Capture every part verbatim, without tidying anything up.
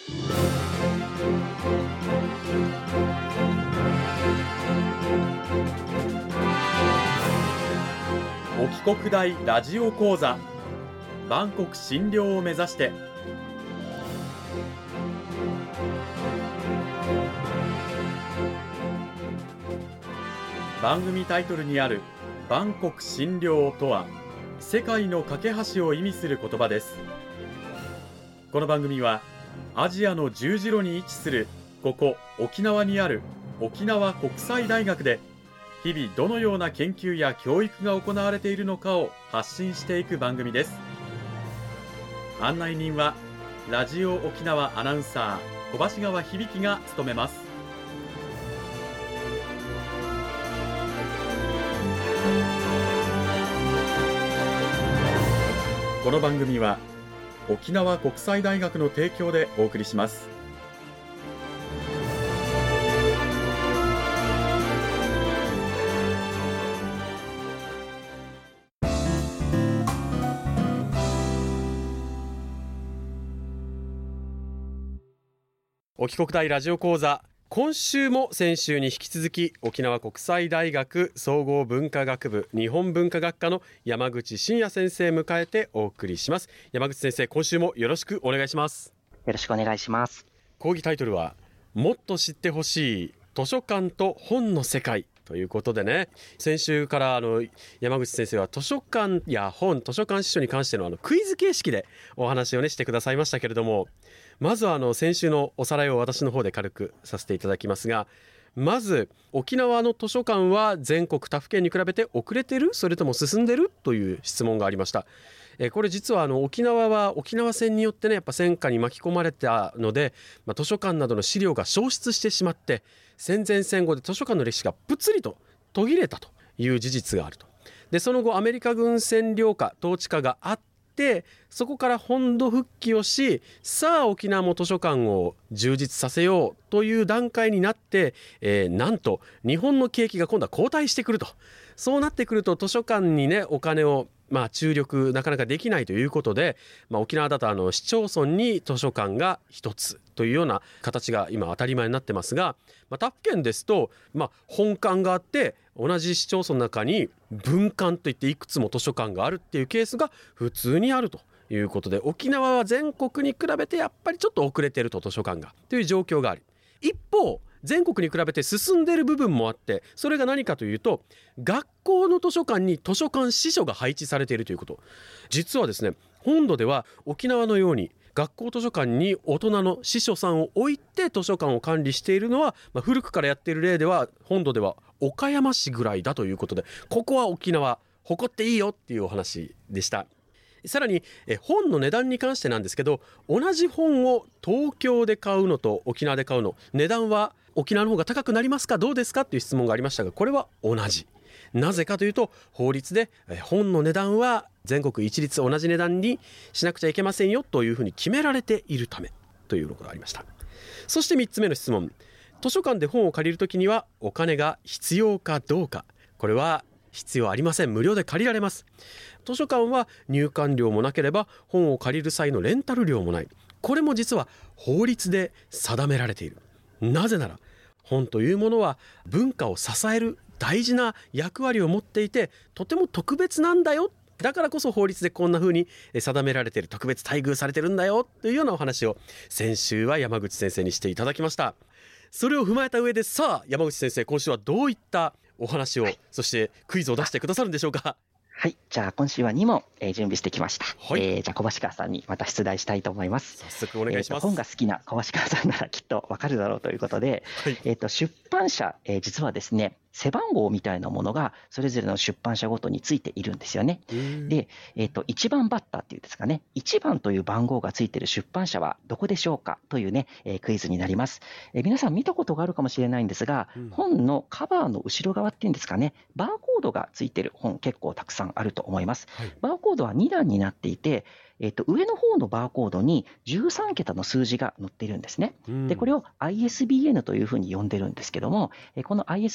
沖国大ラジオ講座、万国診療を目指して。番組タイトルにある万国診療とは、世界の架け橋を意味する言葉です。この番組はアジアの十字路に位置するここ沖縄にある沖縄国際大学で、日々どのような研究や教育が行われているのかを発信していく番組です。案内人はラジオ沖縄アナウンサー小橋川響が務めます。この番組は沖縄国際大学の提供でお送りします。沖国大ラジオ講座、今週も先週に引き続き沖縄国際大学総合文化学部日本文化学科の山口真也先生迎えてお送りします。山口先生、今週もよろしくお願いします。 よろしくお願いします。 講義タイトルはもっと知ってほしい図書館と本の世界ということでね、先週からあの山口先生は図書館や本、図書館司書に関してのあのクイズ形式でお話をねしてくださいましたけれども、まずはあの先週のおさらいを私の方で軽くさせていただきますが、まず沖縄の図書館は全国他府県に比べて遅れてる、それとも進んでるという質問がありました。えこれ実はあの沖縄は沖縄戦によってねやっぱ戦火に巻き込まれたので、まあ、図書館などの資料が消失してしまって、戦前戦後で図書館の歴史がぷつりと途切れたという事実があると。でその後アメリカ軍占領下統治下があって、そこから本土復帰をし、さあ沖縄も図書館を充実させようという段階になって、えー、なんと日本の景気が今度は後退してくると。そうなってくると図書館にねお金をまあ注力なかなかできないということで、まあ、沖縄だとあの市町村に図書館が一つというような形が今当たり前になってますが、まあ、他府県ですと、まあ、本館があって同じ市町村の中に分館といっていくつも図書館があるっていうケースが普通にあるということで、沖縄は全国に比べてやっぱりちょっと遅れてると図書館がという状況があり、一方全国に比べて進んでいる部分もあって、それが何かというと学校の図書館に図書館司書が配置されているということ。実はですね、本土では沖縄のように学校図書館に大人の司書さんを置いて図書館を管理しているのは、まあ、古くからやっている例では本土では岡山市ぐらいだということで、ここは沖縄誇っていいよっていうお話でした。さらにえ本の値段に関してなんですけど、同じ本を東京で買うのと沖縄で買うの、値段は沖縄の方が高くなりますか、どうですかという質問がありましたが、これは同じ。なぜかというと、法律で本の値段は全国一律同じ値段にしなくちゃいけませんよというふうに決められているためということがありました。そしてみっつめの質問、図書館で本を借りるときにはお金が必要かどうか。これは必要ありません。無料で借りられます。図書館は入館料もなければ本を借りる際のレンタル料もない。これも実は法律で定められている。なぜなら本というものは文化を支える大事な役割を持っていて、とても特別なんだよ。だからこそ法律でこんな風に定められている、特別待遇されてるんだよというようなお話を先週は山口先生にしていただきました。それを踏まえた上で、さあ山口先生、今週はどういったお話を、はい、そしてクイズを出してくださるんでしょうか。 はい、じゃあ今週はに問、えー、準備してきました。 はい、 えー、じゃあ小橋川さんにまた出題したいと思います。 早速お願いします。 えー、本が好きな小橋川さんならきっとわかるだろうということで、はい、えー、と出版社、えー、実はですね背番号みたいなものがそれぞれの出版社ごとについているんですよね。で、えー、といちばんバッターっていうんですかね、いちばんという番号がついている出版社はどこでしょうかというね、えー、クイズになります。えー、皆さん見たことがあるかもしれないんですが、うん、本のカバーの後ろ側っていうんですかね、バーコードがついている本結構たくさんあると思います。はい、バーコードはに段になっていて、えっと、上の方のバーコードにじゅうさんけたの数字が載っているんですね。で、これを アイエスビーエヌ というふうに呼んでるんですけども、この アイエスビーエヌ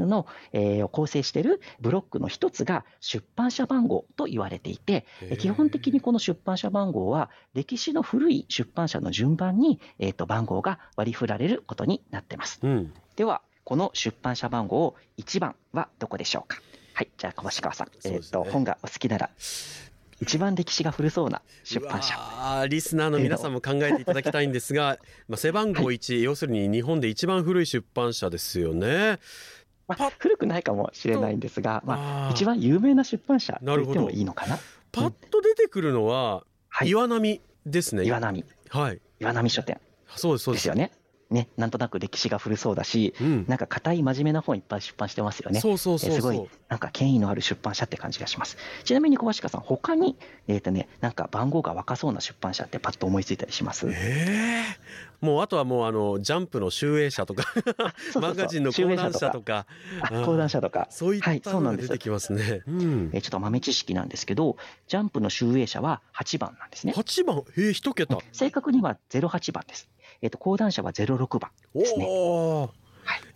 ルの、えーを構成しているブロックの一つが出版社番号と言われていて、基本的にこの出版社番号は歴史の古い出版社の順番に、えー、と番号が割り振られることになっています。うん、ではこの出版社番号いちばんはどこでしょうか。はい、じゃあ小橋川さん、えーと本がお好きなら一番歴史が古そうな出版社。 リスナーの皆さんも考えていただきたいんですが、まあ、背番号いち、はい、要するに日本で一番古い出版社ですよね。 まあ、古くないかもしれないんですが、まあ、一番有名な出版社と言ってもいいのかな。 パッと出てくるのは、うん、岩波ですね。 岩波、はい、岩波書店。 そうですそうです。 ですよね。ね、なんとなく歴史が古そうだし、うん、なんか硬い真面目な本いっぱい出版してますよね。 そうそうそうそう、 えー、すごいなんか権威のある出版社って感じがします。ちなみに小橋川さん、他に、えーとね、なんか番号が若そうな出版社ってパッと思いついたりします？ えー、もうあとはもうあのジャンプの集英社とかマガジンの講談社とか講談社とかそういったのが出てきますね。はい、 うん、えー、ちょっと豆知識なんですけど、ジャンプの集英社ははちばんなんですね。 はちばん、えー、一桁。 正確にはゼロはちばんです。えー、と講談社はゼロろくばんですね。はい、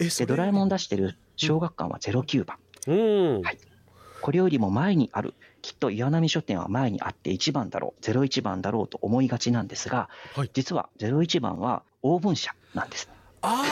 でドラえもん出してる小学館はゼロきゅうばん、うんはい、これよりも前にある、きっと岩波書店は前にあっていちばんだろう、ゼロいちばんだろうと思いがちなんですが、はい、実はゼロいちばんは大文社なんです。あ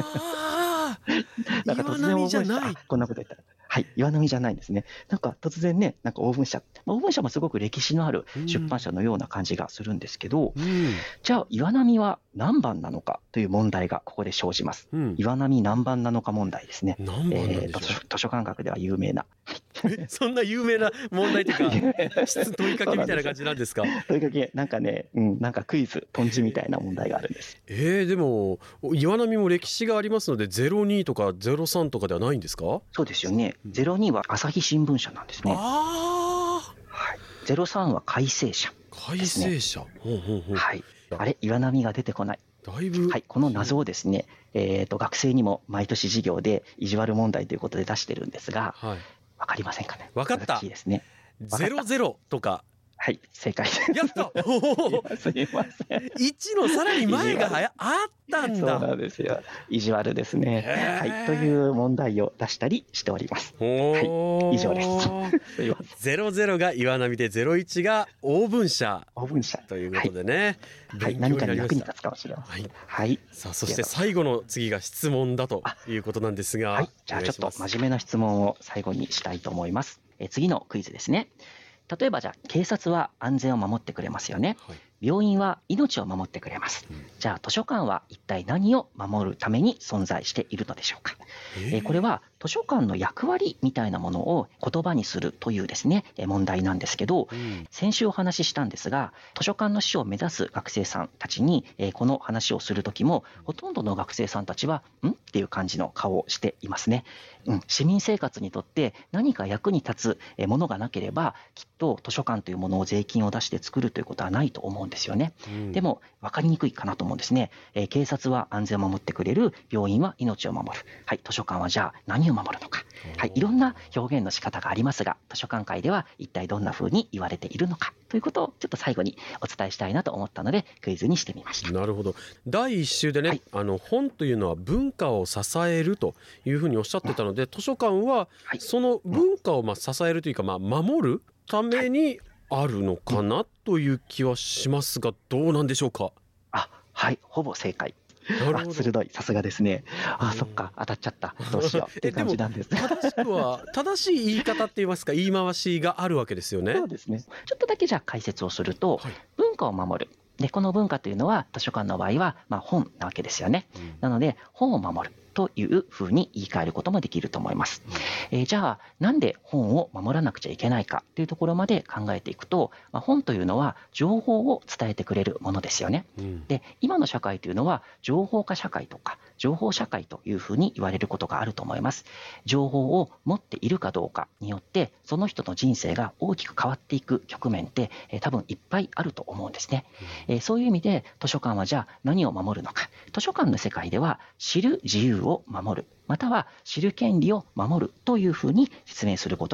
なんか突然大文社、こんなこと言ったら、はい、岩波じゃないんですね。なんか突然ね、なんか大文社、まあ、大文社もすごく歴史のある出版社のような感じがするんですけど、うん、じゃあ岩波は何番なのかという問題がここで生じます。うん、岩波何番なのか問題ですね。 何番なんでしょう。えー、図書館学では有名な。 そんな有名な問題というか質問いかけみたいな感じなんですか？ 問いかけ、なんかね、うん、なんかクイズトンチみたいな問題があるんです。 えー、でも岩波も歴史がありますのでゼロにとかゼロさんとかではないんですか？ そうですよね。ゼロには朝日新聞社なんですね。あ、はい、ゼロさんは改正社、ね、 改正社、ほうほうほう、 はい、あれ岩波が出てこない。 だいぶ、 はい、この謎をですね、えー、と学生にも毎年授業で意地悪問題ということで出してるんですが、はい、分かりませんかね？ 分かった。 いいですね。 ゼロゼロとか。 はい、正解です。 やった。 すみません。 いちのさらに前がはやあったんだ。 そうなんですよ。意地悪ですね。はい、という問題を出したりしております。はい、以上です。すみません。 ゼロゼロが岩波でゼロいちが大文社。 大文社ということでね。 はい、何かに役に立つかもしれません。はい。はい、 さあそして最後の次が質問だということなんですが、 はい、じゃあちょっと真面目な質問を最後にしたいと思います。え次のクイズですね。例えばじゃあ警察は安全を守ってくれますよね。はい、病院は命を守ってくれます。うん、じゃあ図書館は一体何を守るために存在しているのでしょうか。えー、これは図書館の役割みたいなものを言葉にするというですね、問題なんですけど、うん、先週お話ししたんですが、図書館の師を目指す学生さんたちに、えー、この話をするときもほとんどの学生さんたちはんっていう感じの顔をしていますね。うん、市民生活にとって何か役に立つものがなければきっと図書館というものを税金を出して作るということはないと思うんですよね。うん、でも分かりにくいかなと思うんですね。えー、警察は安全を守ってくれる、病院は命を守る、はい、図書館はじゃあ何を守るのか、はい、いろんな表現の仕方がありますが、図書館界では一体どんな風に言われているのかということをちょっと最後にお伝えしたいなと思ったのでクイズにしてみました。 なるほど。だいいっ週でね、はい、あの本というのは文化を支えるというふうにおっしゃってたので、うん、図書館はその文化をまあ支えるというか、まあ、守るためにあるのかなという気はしますが、どうなんでしょうか？ あ、はい、ほぼ正解。あ、鋭い、さすがですね。あ、そっか、当たっちゃった、どうしようって感じなんです。 正しくは正しい言い方って言いますか、言い回しがあるわけですよね。 そうですね。ちょっとだけじゃあ解説をすると、はい、文化を守る。でこの文化というのは図書館の場合は、まあ、本なわけですよね。うん、なので本を守るというふうに言い換えることもできると思います。うん、えー、じゃあなんで本を守らなくちゃいけないかというところまで考えていくと、まあ、本というのは情報を伝えてくれるものですよね。うん、で今の社会というのは情報化社会とか情報社会というふうに言われることがあると思います。情報を持っているかどうかによってその人の人生が大きく変わっていく局面って、えー、多分いっぱいあると思うんですね。うん、えー、そういう意味で図書館はじゃあ何を守るのか。図書館の世界では知る自由を守る、または知る権利を守るというふうに説明することが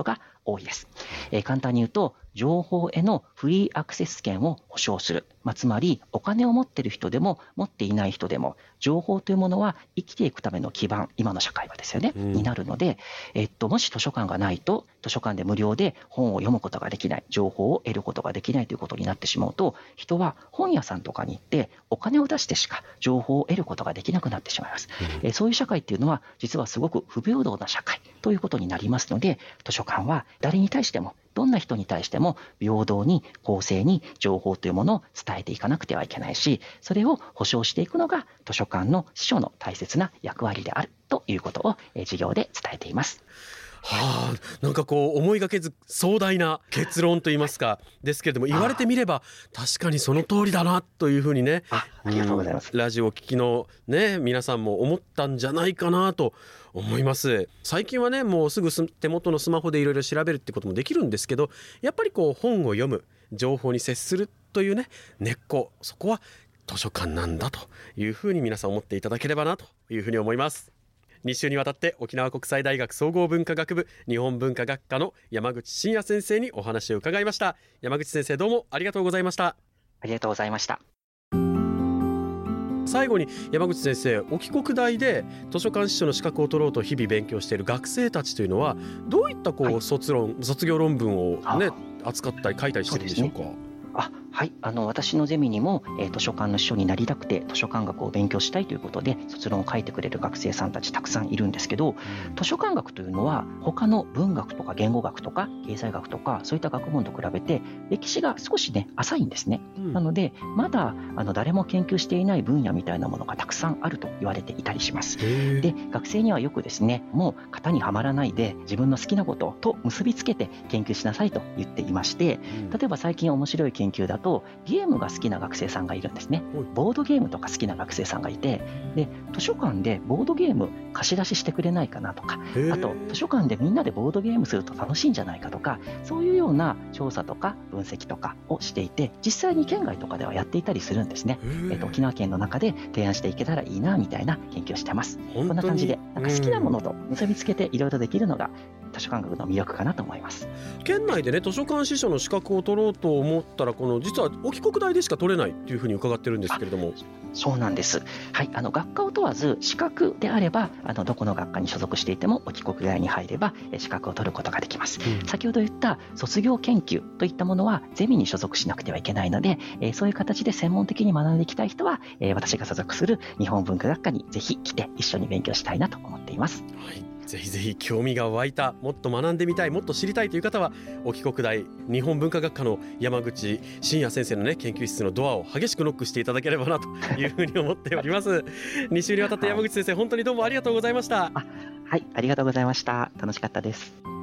多いです。えー、簡単に言うと、情報へのフリーアクセス権を保証する。まあ、つまり、お金を持っている人でも持っていない人でも、情報というものは生きていくための基盤、今の社会はですよね、うん、になるので、えっと、もし図書館がないと、図書館で無料で本を読むことができない、情報を得ることができないということになってしまうと、人は本屋さんとかに行ってお金を出してしか情報を得ることができなくなってしまいます。うん、えー、そういう社会っていうのは、実はすごく不平等な社会ということになりますので、図書館は誰に対しても、どんな人に対しても平等に公正に情報というものを伝えていかなくてはいけないし、それを保障していくのが図書館の司書の大切な役割であるということを授業で伝えています。 はあ、なんかこう思いがけず壮大な結論といいますかですけれども、言われてみれば確かにその通りだなというふうにね、 あ、ありがとうございます。 ラジオを聞きのね皆さんも思ったんじゃないかなと思います。最近はねもうすぐ手元のスマホでいろいろ調べるってこともできるんですけど、やっぱりこう本を読む、情報に接するというね根っこ、そこは図書館なんだというふうに皆さん思っていただければなというふうに思います。に週にわたって沖縄国際大学総合文化学部日本文化学科の山口真也先生にお話を伺いました。山口先生、どうもありがとうございました。 ありがとうございました。 最後に山口先生、沖国大で図書館司書の資格を取ろうと日々勉強している学生たちというのはどういったこう、はい、卒論卒業論文を、ね、扱ったり書いたりしてるんでしょうか。 あはい、あの私のゼミにも、えー、図書館の司書になりたくて図書館学を勉強したいということで卒論を書いてくれる学生さんたちたくさんいるんですけど、うん、図書館学というのは他の文学とか言語学とか経済学とかそういった学問と比べて歴史が少しね浅いんですね。うん、なのでまだあの誰も研究していない分野みたいなものがたくさんあると言われていたりします。で、学生にはよくですね、もう型にはまらないで自分の好きなことと結びつけて研究しなさいと言っていまして、うん、例えば最近面白い研究だとゲームが好きな学生さんがいるんですね。ボードゲームとか好きな学生さんがいて、で図書館でボードゲーム貸し出ししてくれないかなとか、あと図書館でみんなでボードゲームすると楽しいんじゃないかとか、そういうような調査とか分析とかをしていて、実際に県外とかではやっていたりするんですね。えっと、沖縄県の中で提案していけたらいいなみたいな研究をしてます。こんな感じでなんか好きなものと結びつけていろいろできるのが図書館学の魅力かなと思います。 県内でね図書館司書の資格を取ろうと思ったら、この実は沖国大でしか取れないっていうふうに伺ってるんですけれども。 そうなんです、はい、あの学科を問わず資格であればあのどこの学科に所属していても沖国大に入れば資格を取ることができます。うん、先ほど言った卒業研究といったものはゼミに所属しなくてはいけないので、えー、そういう形で専門的に学んでいきたい人は、えー、私が所属する日本文化学科にぜひ来て一緒に勉強したいなと思っています。 はい、ぜひぜひ興味が湧いた、もっと学んでみたい、もっと知りたいという方は沖国大日本文化学科の山口真也先生の、ね、研究室のドアを激しくノックしていただければなというふうに思っておりますに週にわたって山口先生、本当にどうもありがとうございました。 あはい、ありがとうございました。楽しかったです。